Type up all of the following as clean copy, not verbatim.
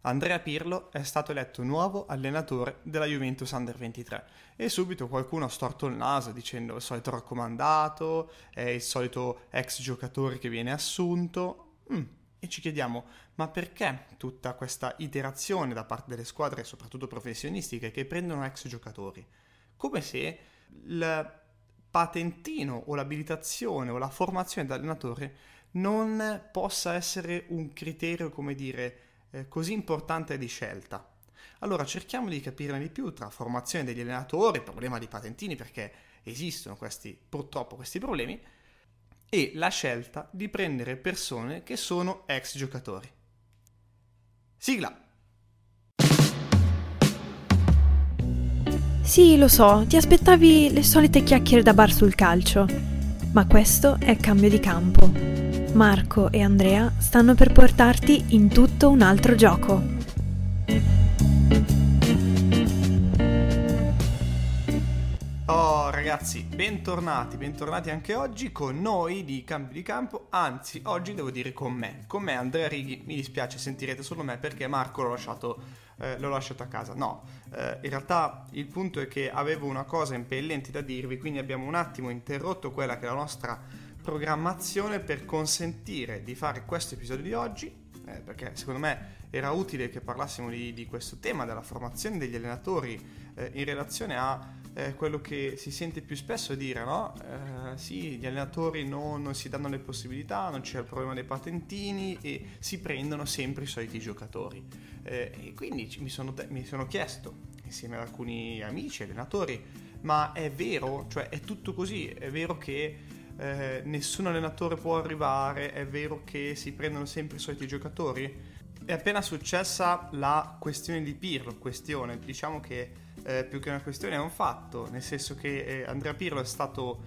Andrea Pirlo è stato eletto nuovo allenatore della Juventus Under 23 e subito qualcuno ha storto il naso dicendo il solito raccomandato, è il solito ex giocatore che viene assunto. E ci chiediamo, ma perché tutta questa iterazione da parte delle squadre, soprattutto professionistiche, che prendono ex giocatori? Come se il patentino o l'abilitazione o la formazione da allenatore non possa essere un criterio, come dire, così importante di scelta. Allora cerchiamo di capirne di più tra formazione degli allenatori, problema di patentini perché esistono purtroppo questi problemi, e la scelta di prendere persone che sono ex giocatori. Sigla! Sì, lo so, ti aspettavi le solite chiacchiere da bar sul calcio, ma questo è Cambio di Campo. Marco e Andrea stanno per portarti in tutto un altro gioco. Oh ragazzi, bentornati anche oggi con noi di Cambio di Campo, anzi oggi devo dire con me Andrea Righi. Mi dispiace, sentirete solo me perché Marco l'ho lasciato a casa. No, in realtà il punto è che avevo una cosa impellente da dirvi, quindi abbiamo un attimo interrotto quella che è la nostra programmazione per consentire di fare questo episodio di oggi, perché secondo me era utile che parlassimo di questo tema della formazione degli allenatori in relazione a quello che si sente più spesso dire, no? Sì, gli allenatori non si danno le possibilità, non c'è il problema dei patentini e si prendono sempre i soliti giocatori. E quindi mi sono chiesto, insieme ad alcuni amici allenatori, ma è vero? Cioè è tutto così? È vero che nessun allenatore può arrivare? È vero che si prendono sempre i soliti giocatori? È appena successa la questione di Pirlo, diciamo che più che una questione è un fatto, nel senso che Andrea Pirlo è stato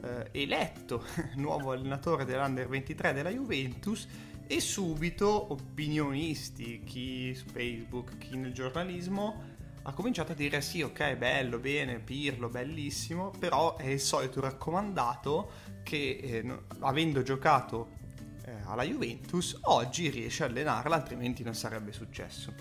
eletto nuovo allenatore dell'Under 23 della Juventus e subito opinionisti, chi su Facebook, chi nel giornalismo, ha cominciato a dire sì, ok, bello, bene, Pirlo, bellissimo, però è il solito raccomandato che avendo giocato alla Juventus oggi riesce a allenarla, altrimenti non sarebbe successo.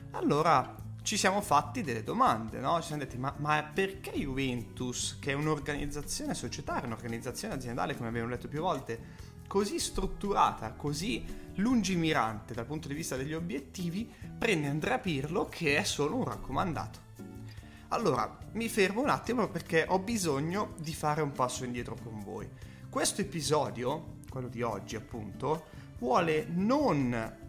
Allora ci siamo fatti delle domande, no? Ci siamo detti ma perché Juventus, che è un'organizzazione societaria, un'organizzazione aziendale, come abbiamo detto più volte, così strutturata, così lungimirante dal punto di vista degli obiettivi, prende Andrea Pirlo che è solo un raccomandato? Allora mi fermo un attimo perché ho bisogno di fare un passo indietro con voi. Questo episodio, quello di oggi appunto, vuole non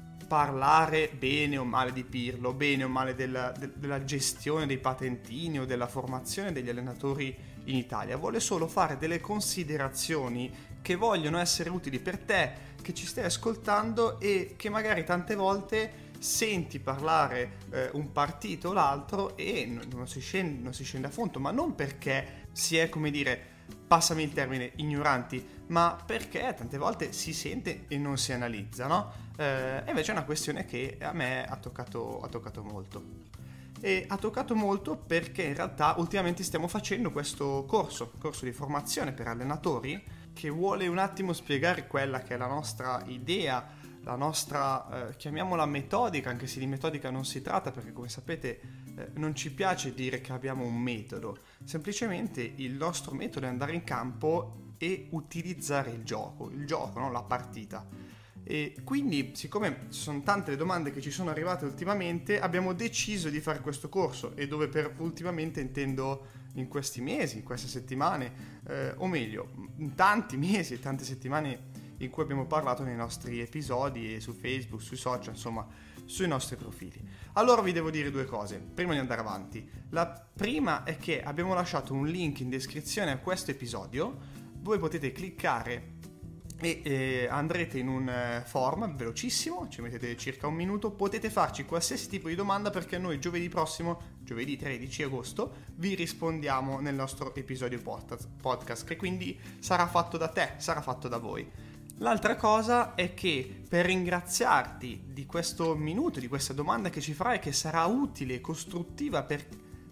parlare bene o male di Pirlo, bene o male della gestione dei patentini o della formazione degli allenatori in Italia. Vuole solo fare delle considerazioni che vogliono essere utili per te, che ci stai ascoltando e che magari tante volte senti parlare un partito o l'altro e non si scende a fondo, ma non perché si è, come dire, passami il termine, ignoranti, ma perché tante volte si sente e non si analizza, no? E invece è una questione che a me ha toccato molto. E ha toccato molto perché in realtà ultimamente stiamo facendo questo corso di formazione per allenatori che vuole un attimo spiegare quella che è la nostra idea, la nostra, chiamiamola metodica, anche se di metodica non si tratta perché come sapete non ci piace dire che abbiamo un metodo, semplicemente il nostro metodo è andare in campo e utilizzare il gioco, no? La partita. E quindi, siccome sono tante le domande che ci sono arrivate ultimamente, abbiamo deciso di fare questo corso, e dove per ultimamente intendo in questi mesi, in queste settimane, o meglio, in tanti mesi e tante settimane in cui abbiamo parlato nei nostri episodi e su Facebook, sui social, insomma, sui nostri profili. Allora vi devo dire due cose, prima di andare avanti. La prima è che abbiamo lasciato un link in descrizione a questo episodio, voi potete cliccare e andrete in un form velocissimo, ci mettete circa un minuto, potete farci qualsiasi tipo di domanda perché noi giovedì prossimo, giovedì 13 agosto, vi rispondiamo nel nostro episodio podcast, che quindi sarà fatto da te, sarà fatto da voi. L'altra cosa è che per ringraziarti di questo minuto, di questa domanda che ci farai, che sarà utile e costruttiva per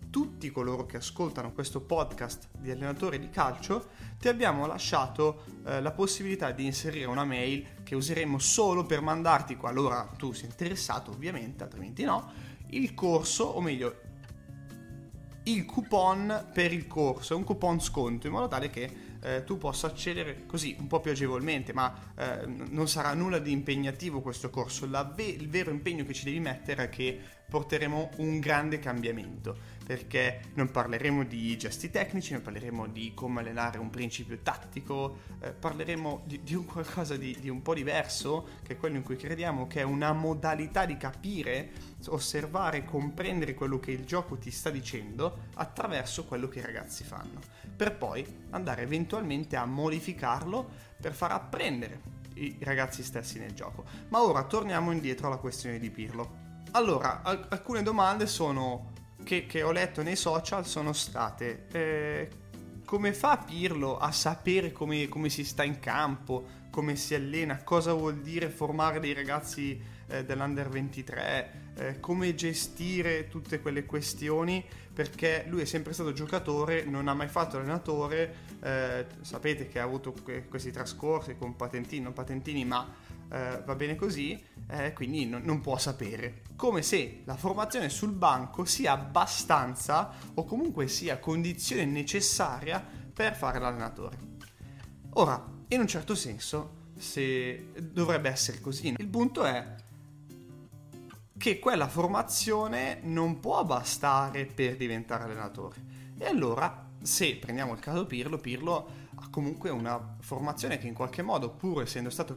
tutti coloro che ascoltano questo podcast di allenatori di calcio, ti abbiamo lasciato la possibilità di inserire una mail che useremo solo per mandarti, qualora tu sia interessato ovviamente, altrimenti no, il corso, o meglio il coupon per il corso, un coupon sconto, in modo tale che tu possa accedere così un po' più agevolmente, ma non sarà nulla di impegnativo questo corso. Il vero impegno che ci devi mettere è che porteremo un grande cambiamento, perché non parleremo di gesti tecnici, non parleremo di come allenare un principio tattico, parleremo di un qualcosa di un po' diverso, che è quello in cui crediamo, che è una modalità di capire, osservare, comprendere quello che il gioco ti sta dicendo attraverso quello che i ragazzi fanno, per poi andare eventualmente a modificarlo per far apprendere i ragazzi stessi nel gioco. Ma ora torniamo indietro alla questione di Pirlo. Allora, alcune domande che ho letto nei social sono state: come fa Pirlo a sapere come si sta in campo, come si allena, cosa vuol dire formare dei ragazzi dell'Under 23, come gestire tutte quelle questioni, perché lui è sempre stato giocatore, non ha mai fatto allenatore, sapete che ha avuto questi trascorsi con patentini, non patentini, ma va bene così, quindi non può sapere. Come se la formazione sul banco sia abbastanza, o comunque sia condizione necessaria per fare l'allenatore. Ora, in un certo senso, se dovrebbe essere così. Il punto è che quella formazione non può bastare per diventare allenatore. E allora, se prendiamo il caso Pirlo ha comunque una formazione che in qualche modo, pur essendo stato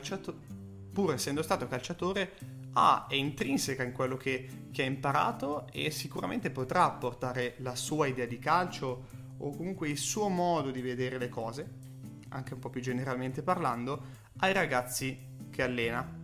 calciatore, è intrinseca in quello che ha imparato, e sicuramente potrà portare la sua idea di calcio, o comunque il suo modo di vedere le cose, anche un po' più generalmente parlando, ai ragazzi che allena.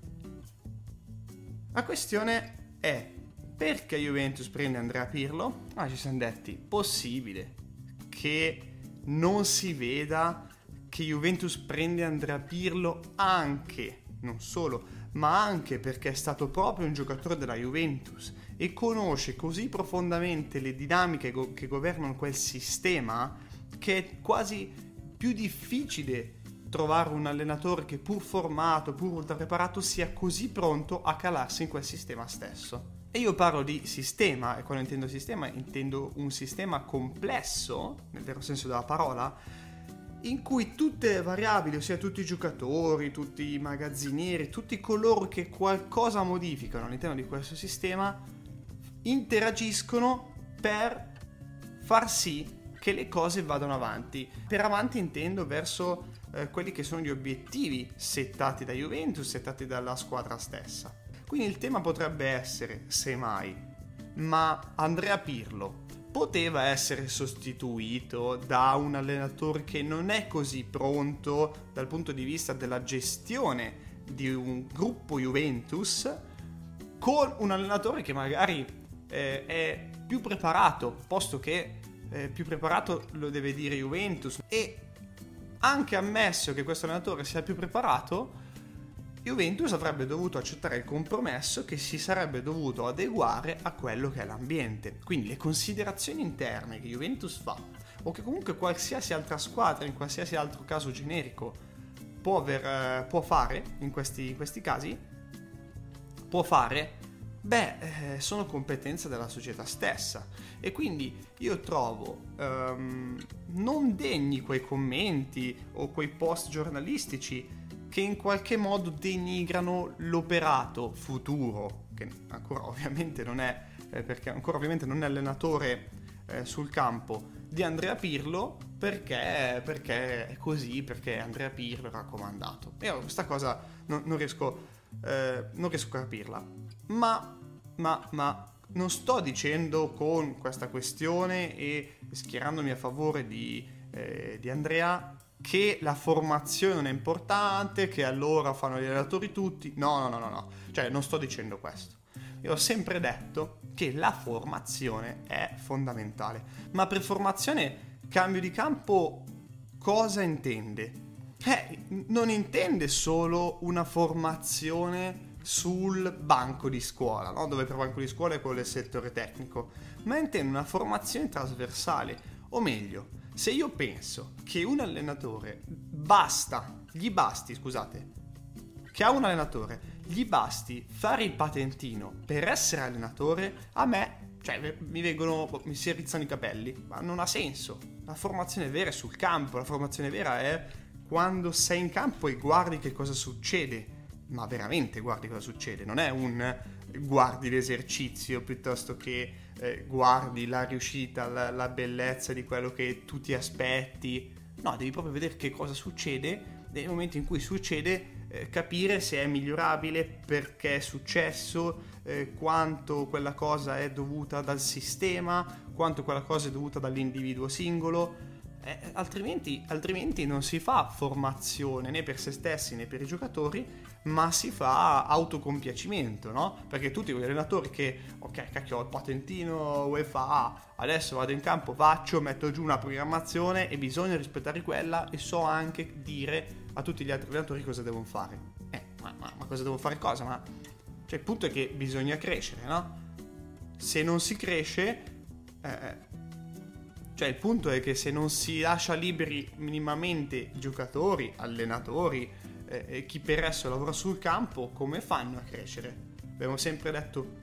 La questione è: perché Juventus prende Andrea Pirlo? Ci siamo detti, possibile che non si veda che Juventus prende Andrea Pirlo anche, non solo, ma anche perché è stato proprio un giocatore della Juventus e conosce così profondamente le dinamiche che governano quel sistema, che è quasi più difficile trovare un allenatore che, pur formato, pur ultra preparato, sia così pronto a calarsi in quel sistema stesso. E io parlo di sistema, e quando intendo sistema intendo un sistema complesso, nel vero senso della parola, in cui tutte le variabili, ossia tutti i giocatori, tutti i magazzinieri, tutti coloro che qualcosa modificano all'interno di questo sistema interagiscono per far sì che le cose vadano avanti. Per avanti intendo verso quelli che sono gli obiettivi settati da Juventus, settati dalla squadra stessa. Quindi il tema potrebbe essere, semmai, ma Andrea Pirlo poteva essere sostituito da un allenatore che non è così pronto dal punto di vista della gestione di un gruppo Juventus, con un allenatore che magari è più preparato, posto che più preparato lo deve dire Juventus, e anche ammesso che questo allenatore sia più preparato, Juventus avrebbe dovuto accettare il compromesso che si sarebbe dovuto adeguare a quello che è l'ambiente. Quindi le considerazioni interne che Juventus fa, o che comunque qualsiasi altra squadra, in qualsiasi altro caso generico, può fare in questi casi, sono competenza della società stessa. E quindi io trovo non degni quei commenti o quei post giornalistici che in qualche modo denigrano l'operato futuro, che ancora ovviamente non è, perché ancora ovviamente non è allenatore sul campo, di Andrea Pirlo, perché è così, perché Andrea Pirlo è raccomandato. E io questa cosa non riesco a capirla. Ma non sto dicendo con questa questione e schierandomi a favore di Andrea che la formazione non è importante, che allora fanno gli allenatori tutti. No. Cioè, non sto dicendo questo. Io ho sempre detto che la formazione è fondamentale. Ma per formazione, cambio di campo, cosa intende? Non intende solo una formazione sul banco di scuola, no? Dove per banco di scuola è quello del settore tecnico, ma intendo una formazione trasversale, o meglio, se io penso che un allenatore che a un allenatore gli basti fare il patentino per essere allenatore, a me, mi si rizzano i capelli, ma non ha senso. La formazione vera è sul campo, la formazione vera è quando sei in campo e guardi che cosa succede, ma veramente guardi cosa succede, non è un guardi l'esercizio piuttosto che guardi la riuscita, la bellezza di quello che tu ti aspetti. No, devi proprio vedere che cosa succede, nel momento in cui succede capire se è migliorabile, perché è successo, quanto quella cosa è dovuta dal sistema, quanto quella cosa è dovuta dall'individuo singolo. Altrimenti non si fa formazione né per se stessi né per i giocatori, ma si fa autocompiacimento, no? Perché tutti quegli allenatori che, ok, cacchio, ho il patentino UEFA, adesso vado in campo, metto giù una programmazione e bisogna rispettare quella, e so anche dire a tutti gli altri allenatori cosa devono fare. Ma cosa devono fare cosa? Cioè, il punto è che bisogna crescere, no? Se non si cresce... Cioè, il punto è che se non si lascia liberi minimamente giocatori, allenatori, chi per esso lavora sul campo, come fanno a crescere? Abbiamo sempre detto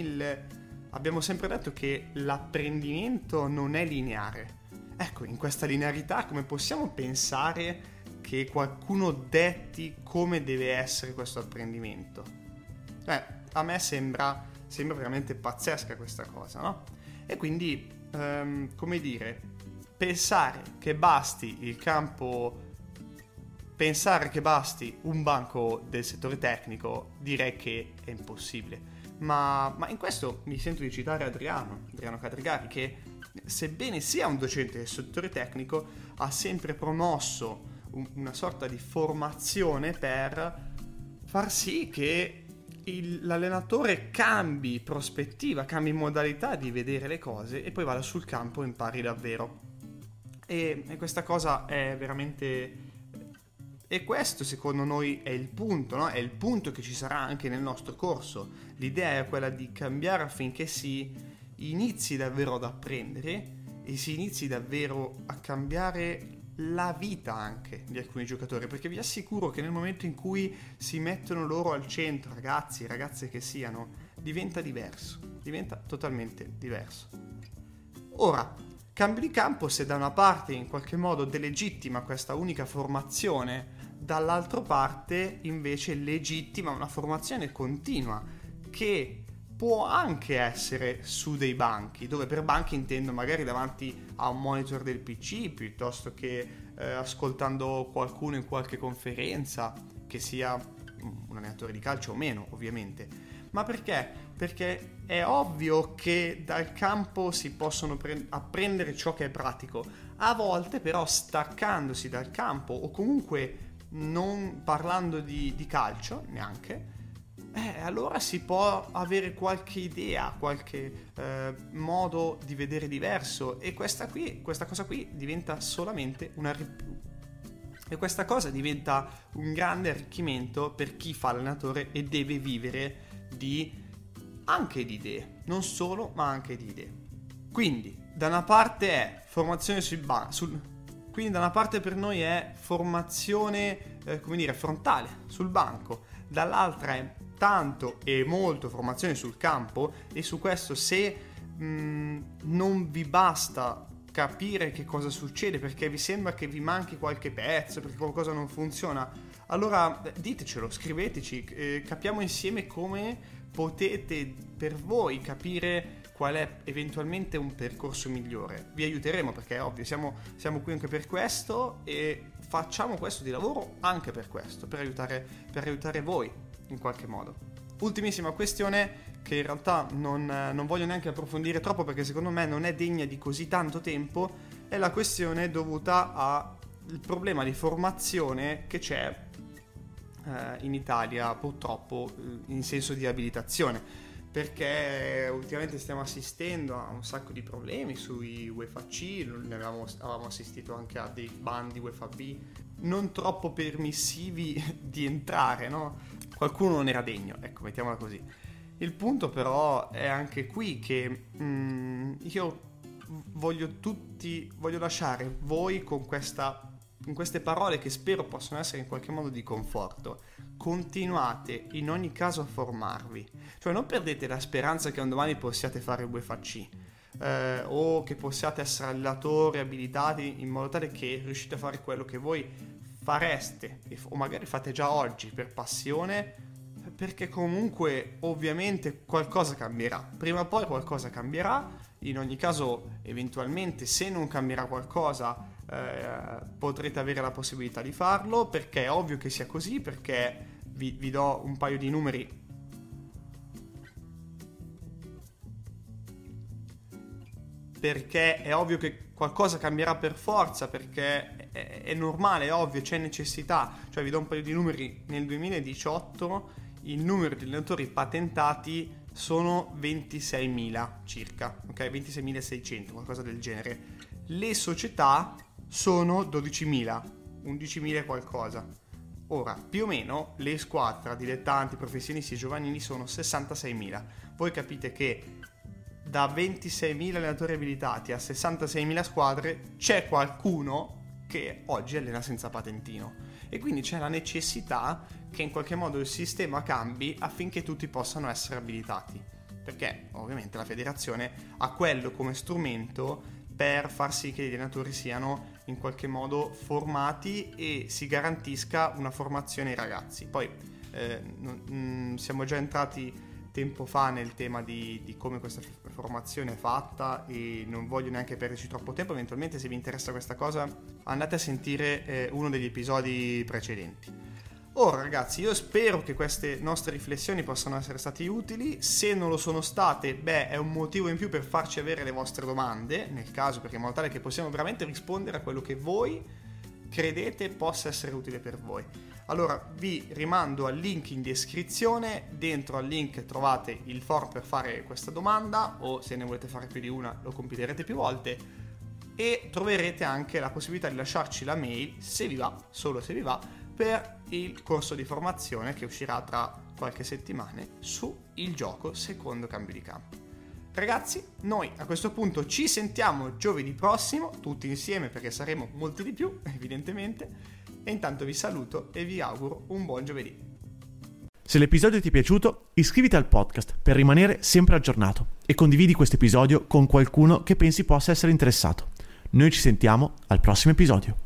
che l'apprendimento non è lineare. Ecco, in questa linearità come possiamo pensare che qualcuno detti come deve essere questo apprendimento? A me sembra veramente pazzesca questa cosa, no? E quindi... come dire, pensare che basti un banco del settore tecnico, direi che è impossibile. Ma in questo mi sento di citare Adriano Cadregari, che sebbene sia un docente del settore tecnico ha sempre promosso una sorta di formazione per far sì che l'allenatore cambi prospettiva, cambi modalità di vedere le cose e poi vada sul campo e impari davvero. E questa cosa è veramente... E questo secondo noi è il punto, no? È il punto che ci sarà anche nel nostro corso. L'idea è quella di cambiare affinché si inizi davvero ad apprendere e si inizi davvero a cambiare la vita anche di alcuni giocatori, perché vi assicuro che nel momento in cui si mettono loro al centro, ragazze che siano, diventa totalmente diverso. Ora, cambio di campo, se da una parte in qualche modo delegittima questa unica formazione, dall'altra parte invece legittima una formazione continua che può anche essere su dei banchi, dove per banchi intendo magari davanti a un monitor del PC, piuttosto che ascoltando qualcuno in qualche conferenza, che sia un allenatore di calcio o meno, ovviamente. Ma perché? Perché è ovvio che dal campo si possono apprendere ciò che è pratico. A volte però staccandosi dal campo, o comunque non parlando di calcio neanche, allora si può avere qualche idea, qualche modo di vedere diverso, e questa cosa qui diventa solamente e questa cosa diventa un grande arricchimento per chi fa allenatore e deve vivere anche di idee, non solo ma anche di idee. Quindi da una parte è formazione quindi da una parte per noi è formazione frontale sul banco, dall'altra è tanto e molto formazione sul campo, e su questo se non vi basta capire che cosa succede perché vi sembra che vi manchi qualche pezzo, perché qualcosa non funziona, allora ditecelo, scriveteci, capiamo insieme come potete per voi capire qual è eventualmente un percorso migliore. Vi aiuteremo, perché è ovvio, siamo qui anche per questo e facciamo questo di lavoro anche per questo, per aiutare voi in qualche modo. Ultimissima questione che in realtà non voglio neanche approfondire troppo perché secondo me non è degna di così tanto tempo, è la questione dovuta al problema di formazione che c'è in Italia purtroppo in senso di abilitazione, perché ultimamente stiamo assistendo a un sacco di problemi sui UEFA C, avevamo assistito anche a dei bandi UEFA B non troppo permissivi di entrare, no? qualcuno non era degno, ecco, mettiamola così. Il punto però è anche qui che io voglio lasciare voi con queste parole che spero possano essere in qualche modo di conforto. Continuate in ogni caso a formarvi, cioè non perdete la speranza che un domani possiate fare il UFC o che possiate essere allenatori abilitati in modo tale che riuscite a fare quello che voi fareste o magari fate già oggi per passione, perché comunque ovviamente qualcosa cambierà, prima o poi qualcosa cambierà. In ogni caso, eventualmente, se non cambierà qualcosa, potrete avere la possibilità di farlo, perché è ovvio che sia così, perché vi do un paio di numeri. Perché è ovvio che qualcosa cambierà per forza, perché è normale, è ovvio, c'è necessità. Cioè vi do un paio di numeri: nel 2018 il numero di allenatori patentati sono 26.000 circa, ok? 26.600, qualcosa del genere. Le società sono 12.000, 11.000 e qualcosa. Ora, più o meno, le squadre, dilettanti, professionisti e giovanili sono 66.000. Voi capite che da 26.000 allenatori abilitati a 66.000 squadre c'è qualcuno che oggi allena senza patentino, e quindi c'è la necessità che in qualche modo il sistema cambi affinché tutti possano essere abilitati, perché ovviamente la federazione ha quello come strumento per far sì che gli allenatori siano in qualche modo formati e si garantisca una formazione ai ragazzi. Poi siamo già entrati tempo fa nel tema di come questa formazione è fatta e non voglio neanche perderci troppo tempo. Eventualmente, se vi interessa questa cosa, andate a sentire uno degli episodi precedenti. Ora ragazzi, io spero che queste nostre riflessioni possano essere state utili. Se non lo sono state, è un motivo in più per farci avere le vostre domande, nel caso, perché in modo tale che possiamo veramente rispondere a quello che voi credete possa essere utile per voi. Allora vi rimando al link in descrizione. Dentro al link trovate il form per fare questa domanda, o se ne volete fare più di una lo compilerete più volte, e troverete anche la possibilità di lasciarci la mail, se vi va, solo se vi va, per il corso di formazione che uscirà tra qualche settimana su il gioco secondo cambio di campo. Ragazzi, noi a questo punto ci sentiamo giovedì prossimo, tutti insieme, perché saremo molti di più, evidentemente. E intanto vi saluto e vi auguro un buon giovedì. Se l'episodio ti è piaciuto, iscriviti al podcast per rimanere sempre aggiornato e condividi questo episodio con qualcuno che pensi possa essere interessato. Noi ci sentiamo al prossimo episodio.